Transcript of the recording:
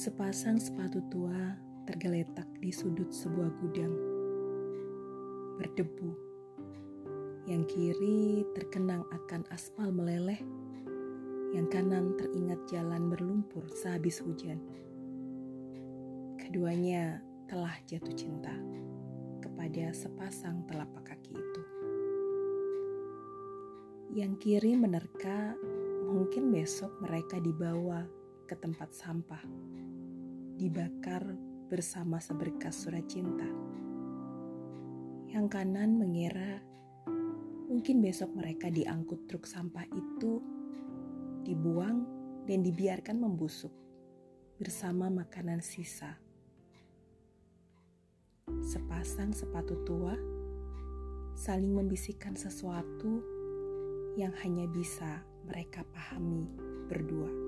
Sepasang sepatu tua tergeletak di sudut sebuah gudang, berdebu. Yang kiri terkenang akan aspal meleleh, yang kanan teringat jalan berlumpur sehabis hujan. Keduanya telah jatuh cinta kepada sepasang telapak kaki itu. Yang kiri menerka, mungkin besok mereka dibawa ke tempat sampah, dibakar bersama seberkas surat cinta. Yang kanan mengira mungkin besok mereka diangkut truk sampah itu, dibuang dan dibiarkan membusuk bersama makanan sisa. Sepasang sepatu tua saling membisikkan sesuatu yang hanya bisa mereka pahami berdua.